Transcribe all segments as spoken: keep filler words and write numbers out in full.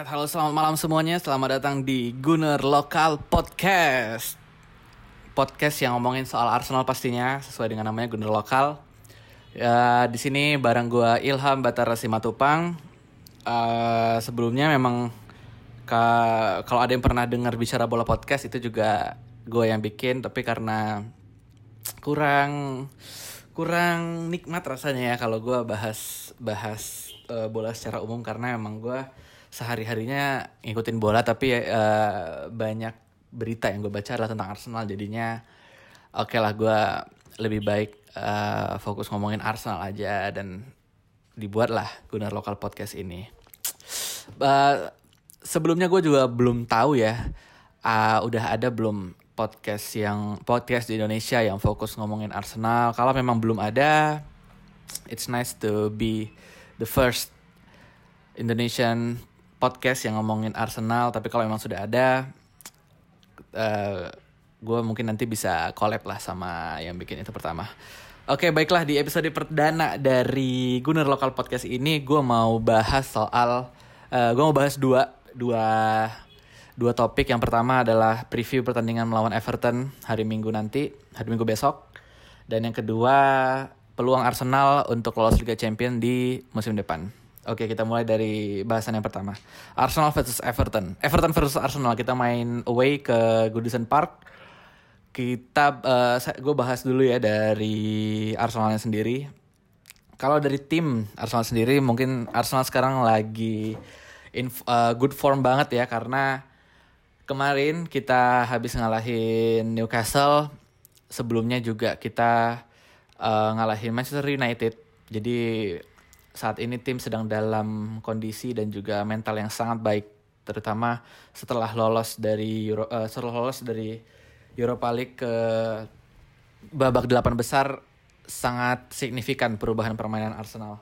Alright, halo selamat malam semuanya. Selamat datang di Gunner Lokal Podcast. Podcast yang ngomongin soal Arsenal pastinya, sesuai dengan namanya Gunner Lokal. Ya, di sini bareng gue Ilham Batara Simatupang. Uh, sebelumnya memang ka- kalau ada yang pernah dengar Bicara Bola Podcast itu juga gue yang bikin, tapi karena kurang kurang nikmat rasanya ya kalau gue bahas bahas uh, bola secara umum, karena memang gue sehari-harinya ngikutin bola, tapi uh, banyak berita yang gue baca adalah tentang Arsenal. Jadinya oke okay lah, gue lebih baik uh, fokus ngomongin Arsenal aja, dan dibuatlah Gunner Lokal Podcast ini. Uh, sebelumnya gue juga belum tahu ya, uh, udah ada belum podcast yang podcast di Indonesia yang fokus ngomongin Arsenal. Kalau memang belum ada, it's nice to be the first Indonesian podcast yang ngomongin Arsenal. Tapi kalau memang sudah ada, uh, gue mungkin nanti bisa collab lah sama yang bikin itu pertama. Oke, baiklah, di episode perdana dari Gunner Lokal Podcast ini gue mau bahas soal uh, gue mau bahas dua dua dua topik. Yang pertama adalah preview pertandingan melawan Everton hari Minggu nanti, hari Minggu besok. Dan yang kedua, peluang Arsenal untuk lolos Liga Champions di musim depan. Oke, kita mulai dari bahasan yang pertama. Arsenal versus Everton. Everton versus Arsenal. Kita main away ke Goodison Park. Kita, uh, gue bahas dulu ya dari Arsenalnya sendiri. Kalau dari tim Arsenal sendiri, mungkin Arsenal sekarang lagi in uh, good form banget ya, karena kemarin kita habis ngalahin Newcastle. Sebelumnya juga kita uh, ngalahin Manchester United. Jadi saat ini tim sedang dalam kondisi dan juga mental yang sangat baik, terutama setelah lolos dari Euro, uh, setelah lolos dari Europa League ke babak delapan besar. Sangat signifikan perubahan permainan Arsenal.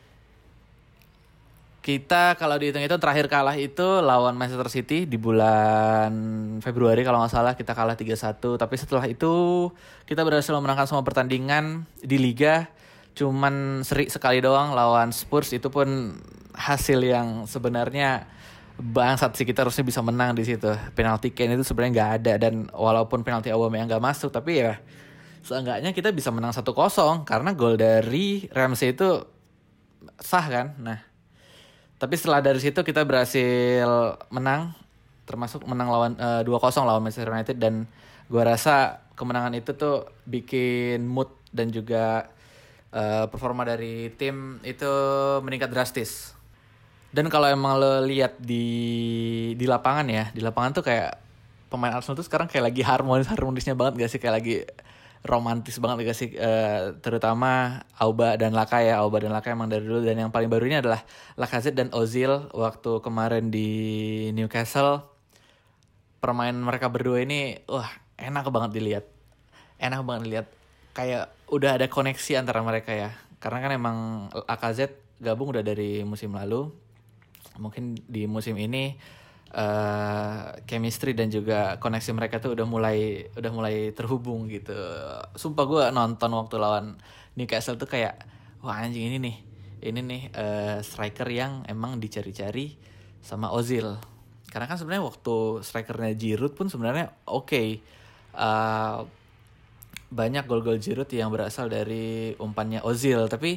Kita kalau dihitung-hitung terakhir kalah itu lawan Manchester City di bulan Februari kalau nggak salah, kita kalah tiga satu. Tapi setelah itu kita berhasil memenangkan semua pertandingan di Liga. Cuman seri sekali doang lawan Spurs, itu pun hasil yang sebenarnya bangsat sih. Kita harusnya bisa menang di situ. Penalti Kane itu sebenarnya nggak ada, dan walaupun penalti Aubameyang nggak masuk, tapi ya seenggaknya kita bisa menang satu kosong karena gol dari Ramsey itu sah kan. Nah, tapi setelah dari situ kita berhasil menang, termasuk menang lawan uh, dua kosong lawan Manchester United, dan gua rasa kemenangan itu tuh bikin mood dan juga Uh, performa dari tim itu meningkat drastis. Dan kalau emang lo lihat di di lapangan ya, di lapangan tuh kayak pemain Arsenal tuh sekarang kayak lagi harmonis harmonisnya banget gak sih, kayak lagi romantis banget gak sih, uh, terutama Auba dan Laka ya. Auba dan Laka emang dari dulu, dan yang paling baru ini adalah Lacazette dan Ozil waktu kemarin di Newcastle. Permainan mereka berdua ini wah enak banget dilihat. Enak banget dilihat. Kayak udah ada koneksi antara mereka ya. Karena kan emang Lacazette gabung udah dari musim lalu. Mungkin di musim ini uh, chemistry dan juga koneksi mereka tuh udah mulai udah mulai terhubung gitu. Sumpah gue nonton waktu lawan Newcastle tuh kayak wah anjing, ini nih. Ini nih uh, striker yang emang dicari-cari sama Ozil. Karena kan sebenarnya waktu strikernya Giroud pun sebenarnya oke. Okay. Uh, banyak gol-gol Giroud yang berasal dari umpannya Ozil, tapi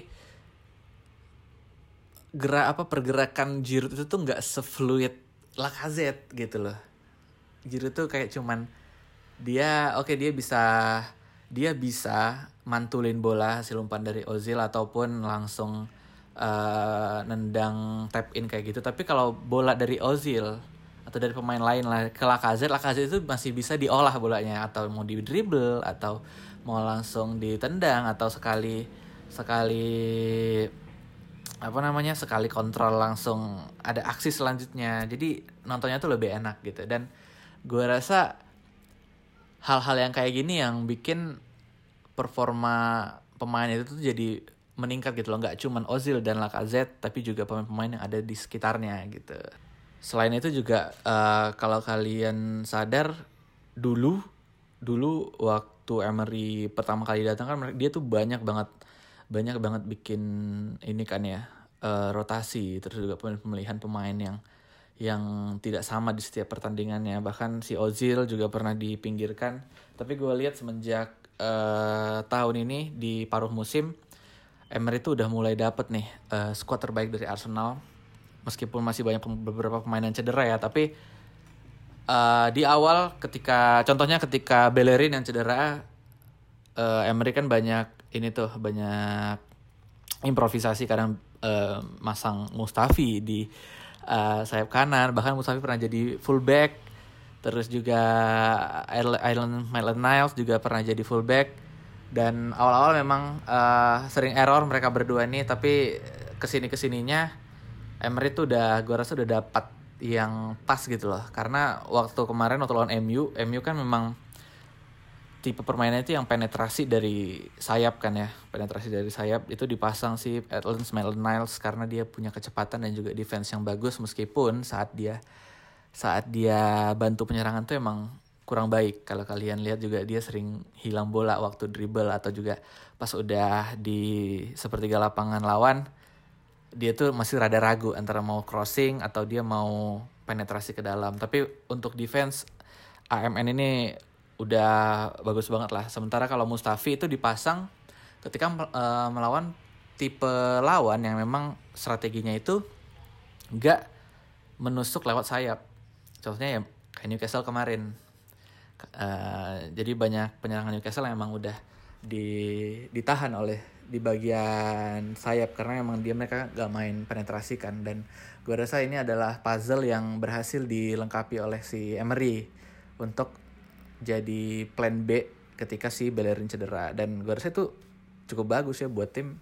gerak apa pergerakan Giroud itu tuh nggak sefluid Lacazette gitu loh. Giroud tuh kayak cuman dia oke okay, dia bisa dia bisa mantulin bola hasil umpan dari Ozil ataupun langsung uh, nendang tap in kayak gitu. Tapi kalau bola dari Ozil atau dari pemain lain lah ke Lacazette, Lacazette itu masih bisa diolah bolanya, atau mau di dribble atau mau langsung ditendang, atau sekali sekali apa namanya sekali kontrol langsung ada aksi selanjutnya. Jadi nontonnya tuh lebih enak gitu. Dan gue rasa hal-hal yang kayak gini yang bikin performa pemain itu tuh jadi meningkat gitu loh. Nggak cuman Ozil dan Lacazette, tapi juga pemain-pemain yang ada di sekitarnya gitu. Selain itu juga uh, kalau kalian sadar, dulu dulu waktu Emery pertama kali datang kan dia tuh banyak banget banyak banget bikin ini kan ya, uh, rotasi, terus juga pemilihan pemain yang yang tidak sama di setiap pertandingannya. Bahkan si Ozil juga pernah dipinggirkan. Tapi gue lihat semenjak uh, tahun ini di paruh musim, Emery itu udah mulai dapet nih uh, skuad terbaik dari Arsenal. Meskipun masih banyak beberapa pemain yang cedera ya, tapi uh, di awal ketika contohnya ketika Bellerin yang cedera, uh, Emery kan banyak ini tuh banyak improvisasi, kadang uh, masang Mustafi di uh, sayap kanan, bahkan Mustafi pernah jadi fullback, terus juga Island Maitland Niles juga pernah jadi fullback, dan awal-awal memang uh, sering error mereka berdua ini, tapi kesini kesininya Emery tuh udah gue rasa udah dapat yang pas gitu loh, karena waktu kemarin waktu lawan M U, M U kan memang tipe permainannya itu yang penetrasi dari sayap kan ya, penetrasi dari sayap itu dipasang si Maitland Niles karena dia punya kecepatan dan juga defense yang bagus, meskipun saat dia saat dia bantu penyerangan tuh emang kurang baik. Kalau kalian lihat juga dia sering hilang bola waktu dribble, atau juga pas udah di sepertiga lapangan lawan dia tuh masih rada ragu antara mau crossing atau dia mau penetrasi ke dalam. Tapi untuk defense A M N ini udah bagus banget lah. Sementara kalau Mustafi itu dipasang ketika uh, melawan tipe lawan yang memang strateginya itu nggak menusuk lewat sayap. Contohnya ya kayak Newcastle kemarin. Uh, jadi banyak penyerangan Newcastle yang memang udah di, ditahan oleh di bagian sayap karena memang dia mereka nggak main penetrasi kan. Dan gue rasa ini adalah puzzle yang berhasil dilengkapi oleh si Emery untuk jadi plan B ketika si Bellerin cedera, dan gue rasa itu cukup bagus ya buat tim.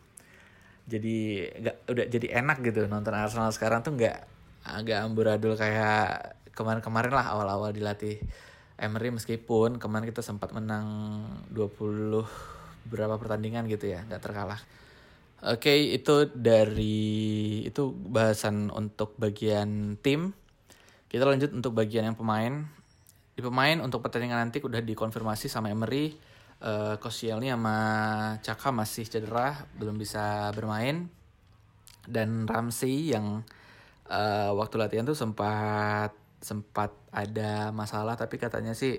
Jadi nggak udah jadi enak gitu nonton Arsenal sekarang tuh, nggak agak amburadul kayak kemarin-kemarin lah awal-awal dilatih Emery, meskipun kemarin kita sempat menang dua puluh berapa pertandingan gitu ya, nggak terkalah. Oke, okay, itu dari itu bahasan untuk bagian tim. Kita lanjut untuk bagian yang pemain. Di pemain untuk pertandingan nanti udah dikonfirmasi sama Emery, uh, Koscielny sama Xhaka masih cedera, belum bisa bermain. Dan Ramsey yang uh, waktu latihan tuh sempat sempat ada masalah, tapi katanya sih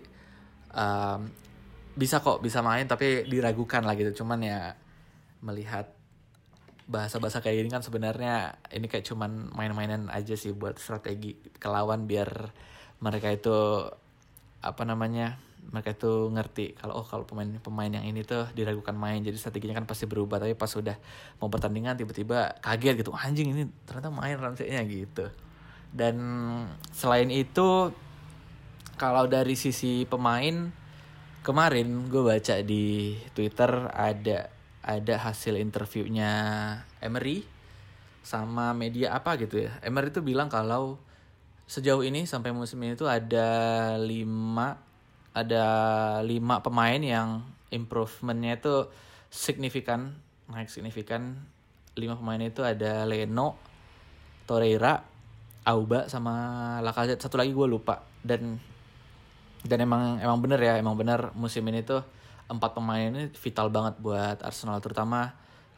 um, bisa kok bisa main, tapi diragukan lah gitu. Cuman ya melihat bahasa-bahasa kayak gini kan sebenarnya ini kayak cuman main-mainan aja sih buat strategi ke lawan, biar mereka itu apa namanya mereka itu ngerti kalau oh kalau pemain-pemain yang ini tuh diragukan main, jadi strateginya kan pasti berubah. Tapi pas udah mau pertandingan tiba-tiba kaget gitu, anjing ini ternyata main Ramsey-nya gitu. Dan selain itu kalau dari sisi pemain, kemarin gue baca di Twitter ada ada hasil interviewnya Emery sama media apa gitu ya. Emery itu bilang kalau sejauh ini sampai musim ini tuh ada lima ada lima pemain yang improvementnya itu signifikan, naik signifikan. Lima pemain itu ada Leno, Torreira, Auba sama Lacazette. Satu lagi gue lupa. Dan dan emang emang bener ya, emang bener musim ini tuh empat pemain ini vital banget buat Arsenal, terutama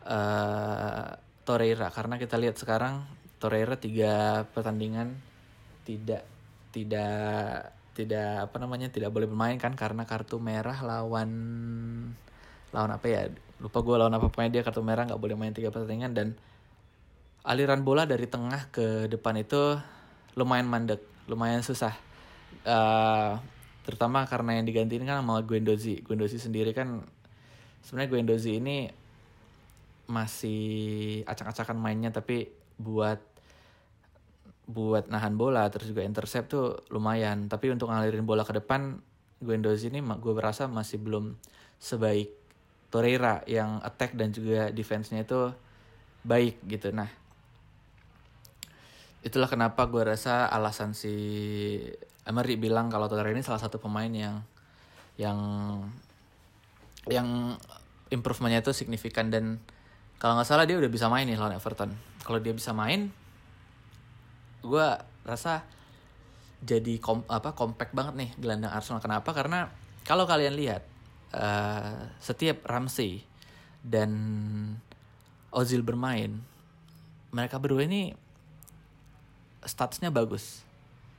uh, Torreira, karena kita lihat sekarang Torreira tiga pertandingan tidak tidak tidak apa namanya tidak boleh bermain kan karena kartu merah lawan lawan apa ya, lupa gue lawan apa, pemain dia kartu merah, nggak boleh main tiga pertandingan. Dan aliran bola dari tengah ke depan itu lumayan mandek, lumayan susah, uh, terutama karena yang digantiin kan sama Guendouzi. Guendouzi sendiri kan sebenarnya Guendouzi ini masih acak-acakan mainnya, tapi buat buat nahan bola terus juga intercept tuh lumayan. Tapi untuk ngalirin bola ke depan, Guendouzi ini gue berasa masih belum sebaik Torreira yang attack dan juga defense-nya itu baik gitu. Nah, itulah kenapa gue rasa alasan si Emery bilang kalau Torreira ini salah satu pemain yang yang yang improvementnya itu signifikan. Dan kalau nggak salah dia udah bisa main nih lawan Everton. Kalau dia bisa main, gue rasa jadi kom, apa compact banget nih gelandang Arsenal. Kenapa? Karena kalau kalian lihat uh, setiap Ramsey dan Ozil bermain, mereka berdua ini statusnya bagus.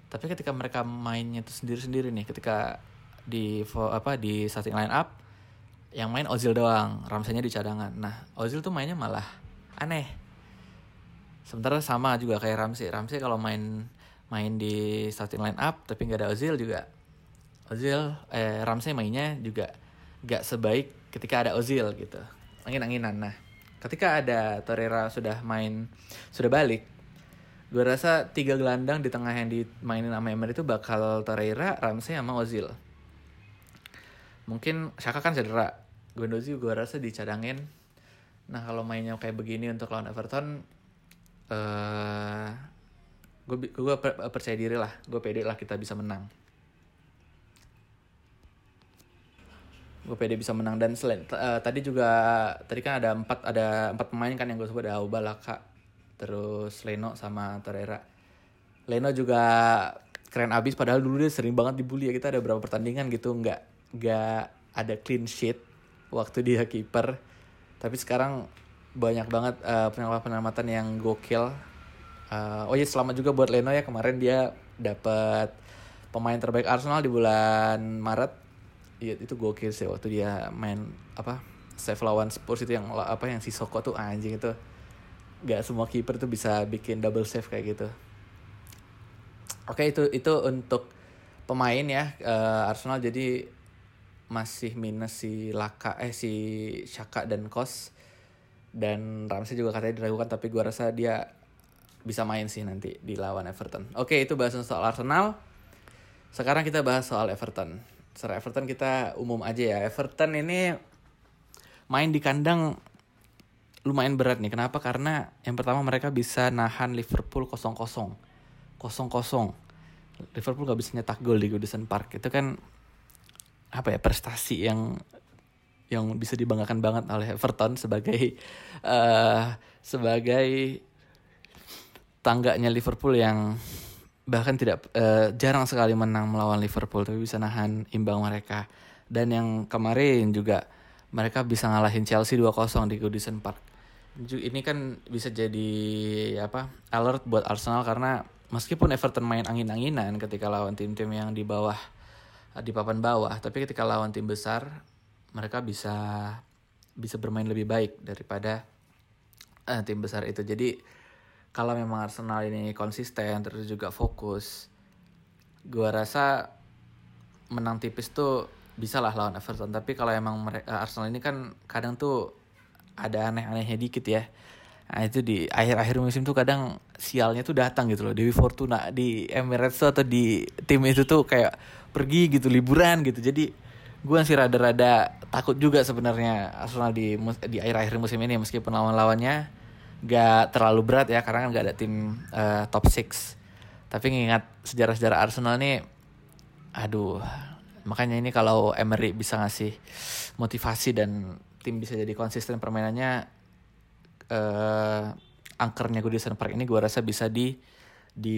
Tapi ketika mereka mainnya itu sendiri-sendiri nih, ketika di apa di starting line up yang main Ozil doang, Ramsey-nya di cadangan. Nah, Ozil tuh mainnya malah aneh. Sementara sama juga kayak Ramsey. Ramsey kalau main main di starting line up tapi nggak ada Ozil juga. Ozil eh Ramsey mainnya juga nggak sebaik ketika ada Ozil gitu. Angin-anginan. Nah, ketika ada Torreira sudah main sudah balik, gue rasa tiga gelandang di tengah yang dimainin sama Emery itu bakal Torreira, Ramsey sama Ozil. Mungkin Xhaka kan cedera, Guendouzi gue rasa dicadangin. Nah kalau mainnya kayak begini untuk lawan Everton, uh, gue gue percaya diri lah, gue pede lah kita bisa menang. Gue pede bisa menang. Dan selain uh, tadi juga tadi kan ada empat ada empat pemain kan yang gue sebut, ada Auba, Laka, terus Leno sama Torreira. Leno juga keren abis, padahal dulu dia sering banget dibully ya. Kita ada berapa pertandingan gitu nggak nggak ada clean sheet waktu dia kiper, tapi sekarang banyak banget uh, penyelamatan-penyelamatan yang gokil. Uh, oh iya, selamat juga buat Leno ya, kemarin dia dapat pemain terbaik Arsenal di bulan Maret. Iya, itu gokil sih waktu dia main apa save lawan Spurs itu, yang apa yang si Soko tuh anjing itu. Gak semua kiper tuh bisa bikin double save kayak gitu. Oke, itu itu untuk pemain ya uh, Arsenal. Jadi masih minus si Laka eh si Xhaka dan Kos, dan Ramsey juga katanya diragukan, tapi gue rasa dia bisa main sih nanti di lawan Everton. Oke, itu bahasan soal Arsenal. Sekarang kita bahas soal Everton. Secara Everton kita umum aja ya. Everton ini main di kandang lumayan berat nih. Kenapa? Karena yang pertama mereka bisa nahan Liverpool kosong kosong. kosong kosong. Liverpool gak bisa nyetak gol di Goodison Park. Itu kan apa ya, prestasi yang yang bisa dibanggakan banget oleh Everton sebagai uh, sebagai tangganya Liverpool yang bahkan tidak uh, jarang sekali menang melawan Liverpool, tapi bisa nahan imbang mereka. Dan yang kemarin juga mereka bisa ngalahin Chelsea dua kosong di Goodison Park. Ini kan bisa jadi apa alert buat Arsenal, karena meskipun Everton main angin-anginan ketika lawan tim-tim yang di bawah, di papan bawah, tapi ketika lawan tim besar mereka bisa bisa bermain lebih baik daripada uh, tim besar itu. Jadi kalau memang Arsenal ini konsisten terus juga fokus, gua rasa menang tipis tuh bisa lah lawan Everton. Tapi kalau emang mereka, Arsenal ini kan kadang tuh ada aneh-anehnya dikit ya. Nah itu di akhir-akhir musim tuh kadang sialnya tuh datang gitu loh. Dewi Fortuna di Emirates atau di tim itu tuh kayak pergi gitu, liburan gitu. Jadi gue masih rada-rada takut juga sebenarnya Arsenal di di akhir-akhir musim ini, meskipun lawan-lawannya gak terlalu berat ya, karena kan gak ada tim uh, top enam. Tapi ngingat sejarah-sejarah Arsenal nih, aduh, makanya ini kalau Emery bisa ngasih motivasi dan tim bisa jadi konsisten permainannya, Uh, angkernya Goodison Park ini gue rasa bisa di di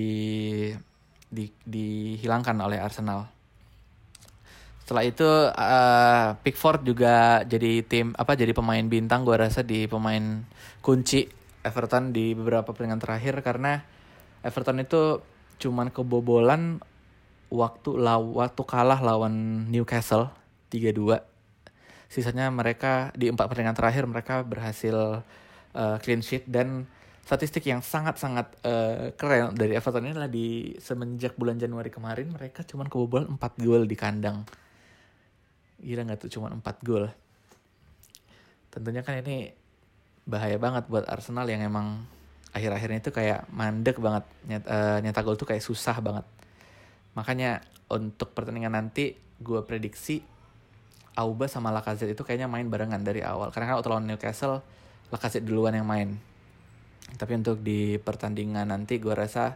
di dihilangkan oleh Arsenal. Setelah itu uh, Pickford juga jadi tim apa jadi pemain bintang, gue rasa di pemain kunci Everton di beberapa pertandingan terakhir, karena Everton itu cuman kebobolan waktu law, waktu kalah lawan Newcastle tiga dua. Sisanya mereka di empat pertandingan terakhir mereka berhasil Uh, clean sheet. Dan statistik yang sangat-sangat uh, keren dari Everton ini adalah di semenjak bulan Januari kemarin mereka cuma kebobolan empat gol di kandang. Gila gak tuh, cuma empat gol. Tentunya kan ini bahaya banget buat Arsenal yang emang akhir-akhirnya itu kayak mandek banget. Nyet, uh, nyetak gol tuh kayak susah banget. Makanya untuk pertandingan nanti gue prediksi Auba sama Lacazette itu kayaknya main barengan dari awal. Karena kan waktu lawan Newcastle Lacazette duluan yang main. Tapi untuk di pertandingan nanti gue rasa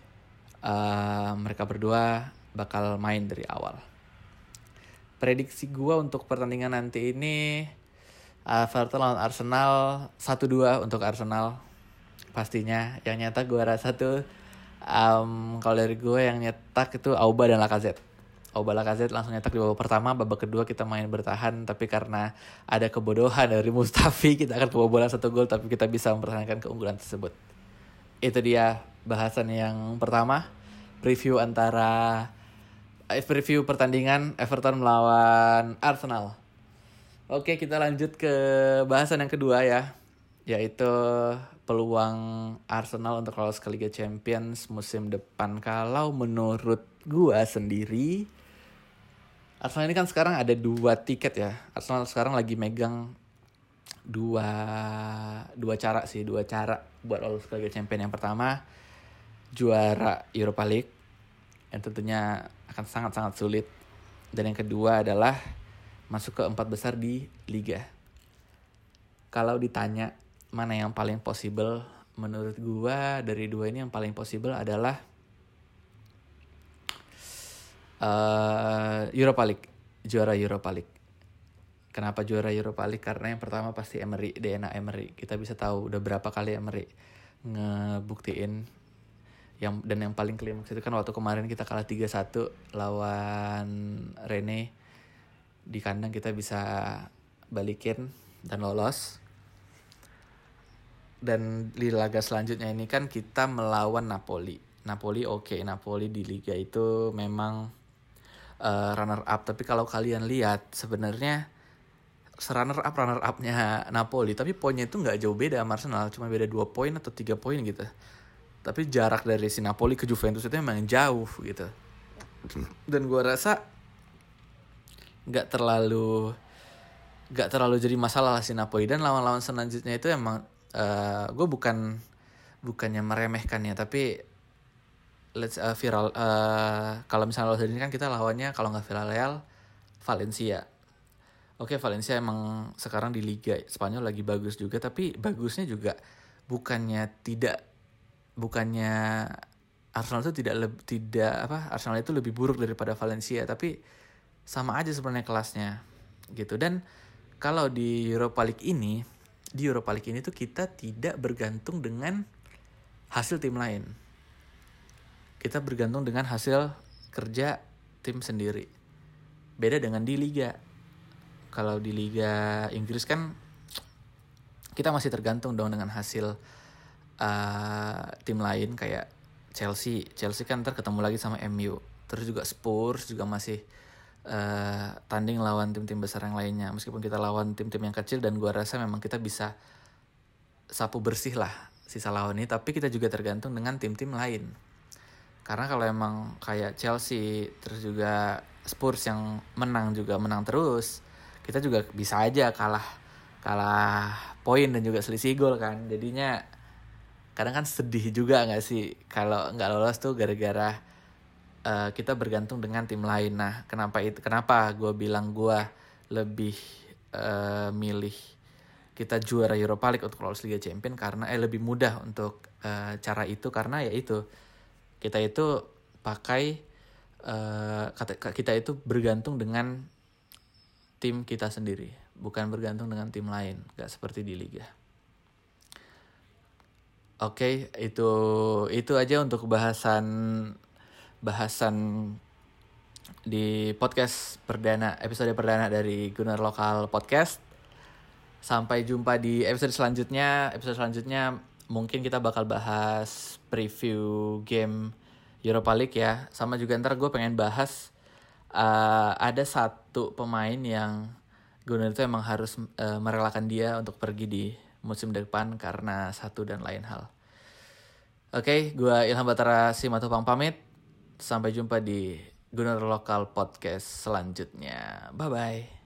uh, mereka berdua bakal main dari awal. Prediksi gue untuk pertandingan nanti ini uh, Everton lawan Arsenal satu dua untuk Arsenal pastinya. Yang nyetak gue rasa tuh um, kalau dari gue yang nyetak itu Auba dan Lacazette. Auba Lacazette langsung nyetak di babak pertama, babak kedua kita main bertahan, tapi karena ada kebodohan dari Mustafi kita akan kebobolan satu gol, tapi kita bisa mempertahankan keunggulan tersebut. Itu dia bahasan yang pertama. preview antara eh, preview pertandingan Everton melawan Arsenal. Oke, kita lanjut ke bahasan yang kedua ya, yaitu peluang Arsenal untuk lolos ke Liga Champions musim depan. Kalau menurut gua sendiri, Arsenal ini kan sekarang ada dua tiket ya. Arsenal sekarang lagi megang dua dua cara sih, dua cara buat lolos ke Liga Champions. Yang pertama, juara Europa League yang tentunya akan sangat-sangat sulit. Dan yang kedua adalah masuk ke empat besar di Liga. Kalau ditanya mana yang paling possible, menurut gua dari dua ini yang paling possible adalah uh, Europa League, juara Europa League. Kenapa juara Europa League? Karena yang pertama pasti Emery, D N A Emery. Kita bisa tahu udah berapa kali Emery ngebuktiin yang dan yang paling klimaks itu kan waktu kemarin kita kalah tiga satu lawan Rennes. Di kandang kita bisa balikin dan lolos. Dan di laga selanjutnya ini kan kita melawan Napoli. Napoli oke, okay. Napoli di liga itu memang uh, runner up. Tapi kalau kalian lihat sebenarnya runner up runner upnya Napoli, tapi poinnya itu nggak jauh beda sama Arsenal, cuma beda dua poin atau tiga poin gitu. Tapi jarak dari si Napoli ke Juventus itu memang jauh gitu. Dan gue rasa nggak terlalu nggak terlalu jadi masalah lah si Napoli. Dan lawan-lawan selanjutnya itu emang uh, gue bukan bukannya meremehkannya, tapi let's uh, viral. Uh, kalau misalnya lolos dari ini kan kita lawannya kalau nggak Villarreal, Valencia. Oke, Valencia emang sekarang di Liga Spanyol lagi bagus juga, tapi bagusnya juga bukannya tidak bukannya Arsenal itu tidak lebih tidak apa Arsenal itu lebih buruk daripada Valencia, tapi sama aja sebenarnya kelasnya gitu. Dan kalau di Europa League ini, di Europa League ini tuh kita tidak bergantung dengan hasil tim lain. Kita bergantung dengan hasil kerja tim sendiri. Beda dengan di Liga. Kalau di Liga Inggris kan kita masih tergantung dong dengan hasil uh, tim lain kayak Chelsea. Chelsea kan ntar ketemu lagi sama M U. Terus juga Spurs juga masih uh, tanding lawan tim-tim besar yang lainnya. Meskipun kita lawan tim-tim yang kecil dan gua rasa memang kita bisa sapu bersih lah sisa lawan ini. Tapi kita juga tergantung dengan tim-tim lain. Karena kalau emang kayak Chelsea terus juga Spurs yang menang juga menang terus, kita juga bisa aja kalah kalah poin dan juga selisih gol kan. Jadinya kadang kan sedih juga nggak sih kalau nggak lolos tuh gara-gara uh, kita bergantung dengan tim lain. Nah, kenapa itu? Kenapa gue bilang gue lebih uh, milih kita juara Europa League untuk lolos Liga Champions karena eh lebih mudah untuk uh, cara itu karena ya itu kita itu pakai uh, kita itu bergantung dengan tim kita sendiri, bukan bergantung dengan tim lain, gak seperti di liga. Oke, okay, itu itu aja untuk bahasan bahasan di podcast perdana, episode perdana dari Gunner Lokal Podcast. Sampai jumpa di episode selanjutnya. Episode selanjutnya mungkin kita bakal bahas preview game Europa League ya. Sama juga ntar gue pengen bahas Uh, ada satu pemain yang Gunner itu emang harus uh, merelakan dia untuk pergi di musim depan karena satu dan lain hal. Oke, okay, gue Ilham Batara Simatupang pamit. Sampai jumpa di Gunner Lokal Podcast selanjutnya. Bye-bye.